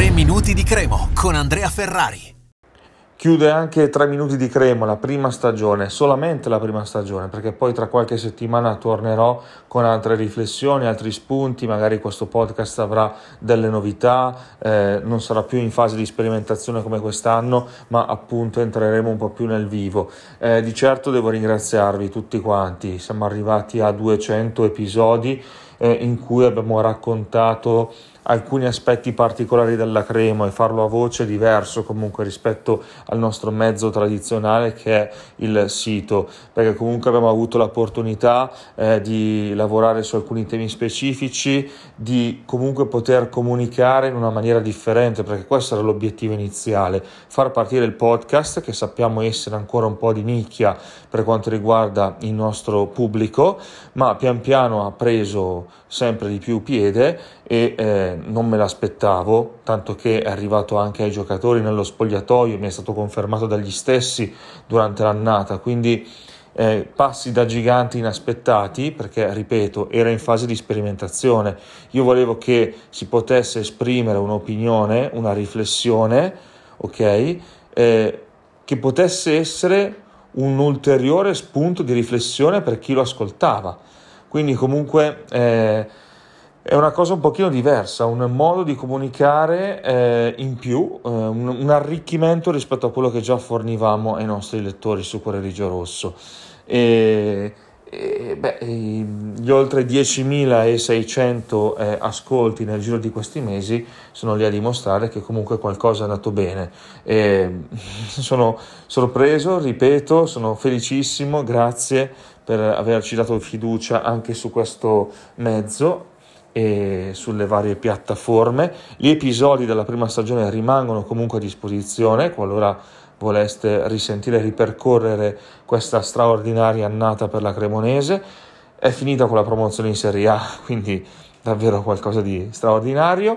3 minuti di Cremo con Andrea Ferrari. Chiude anche 3 minuti di Cremo, la prima stagione, solamente la prima stagione, perché poi tra qualche settimana tornerò con altre riflessioni, altri spunti, magari questo podcast avrà delle novità, non sarà più in fase di sperimentazione come quest'anno, ma appunto entreremo un po' più nel vivo. Di certo devo ringraziarvi tutti quanti, siamo arrivati a 200 episodi in cui abbiamo raccontato alcuni aspetti particolari della Cremo e farlo a voce diverso comunque rispetto al nostro mezzo tradizionale che è il sito, perché comunque abbiamo avuto l'opportunità di lavorare su alcuni temi specifici, di comunque poter comunicare in una maniera differente, perché questo era l'obiettivo iniziale, far partire il podcast, che sappiamo essere ancora un po' di nicchia per quanto riguarda il nostro pubblico, ma pian piano ha preso sempre di più piede e non me l'aspettavo, tanto che è arrivato anche ai giocatori nello spogliatoio, mi è stato confermato dagli stessi durante l'annata, quindi passi da giganti inaspettati, perché ripeto era in fase di sperimentazione. Io volevo che si potesse esprimere un'opinione, una riflessione, ok, che potesse essere un ulteriore spunto di riflessione per chi lo ascoltava, quindi comunque è una cosa un pochino diversa, un modo di comunicare in più, un arricchimento rispetto a quello che già fornivamo ai nostri lettori su Cuore Grigio-Rosso. Gli oltre 10.600 ascolti nel giro di questi mesi sono lì a dimostrare che comunque qualcosa è andato bene. Sono sorpreso, ripeto, sono felicissimo, grazie per averci dato fiducia anche su questo mezzo e sulle varie piattaforme. Gli episodi della prima stagione rimangono comunque a disposizione qualora voleste risentire e ripercorrere questa straordinaria annata per la Cremonese. È finita con la promozione in Serie A, quindi davvero qualcosa di straordinario.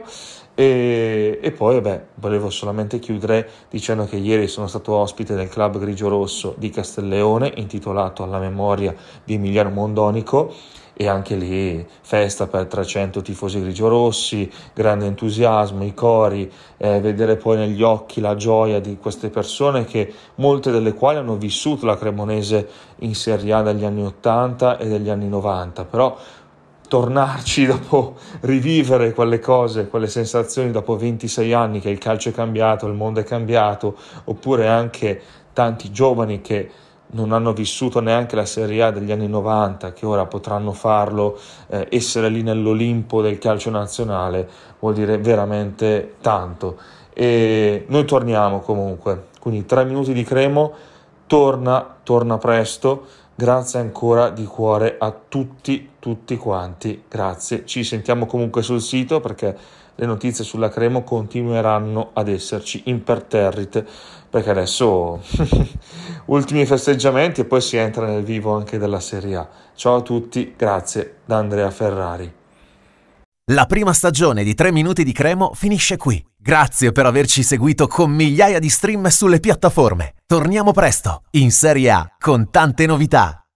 E poi volevo solamente chiudere dicendo che ieri sono stato ospite del club grigio-rosso di Castelleone, intitolato alla memoria di Emiliano Mondonico, e anche lì festa per 300 tifosi grigio-rossi, grande entusiasmo, i cori, vedere poi negli occhi la gioia di queste persone, che molte delle quali hanno vissuto la Cremonese in Serie A dagli anni 80 e degli anni 90, però tornarci dopo, rivivere quelle cose, quelle sensazioni dopo 26 anni che il calcio è cambiato, il mondo è cambiato, oppure anche tanti giovani che non hanno vissuto neanche la Serie A degli anni 90, che ora potranno farlo, essere lì nell'Olimpo del calcio nazionale, vuol dire veramente tanto. E noi torniamo comunque, quindi 3 minuti di Cremo torna presto. Grazie ancora di cuore a tutti quanti, grazie. Ci sentiamo comunque sul sito, perché le notizie sulla Cremo continueranno ad esserci imperterrite, perché adesso ultimi festeggiamenti e poi si entra nel vivo anche della Serie A. Ciao a tutti, grazie da Andrea Ferrari. La prima stagione di 3 minuti di Cremo finisce qui. Grazie per averci seguito con migliaia di stream sulle piattaforme. Torniamo presto in Serie A con tante novità.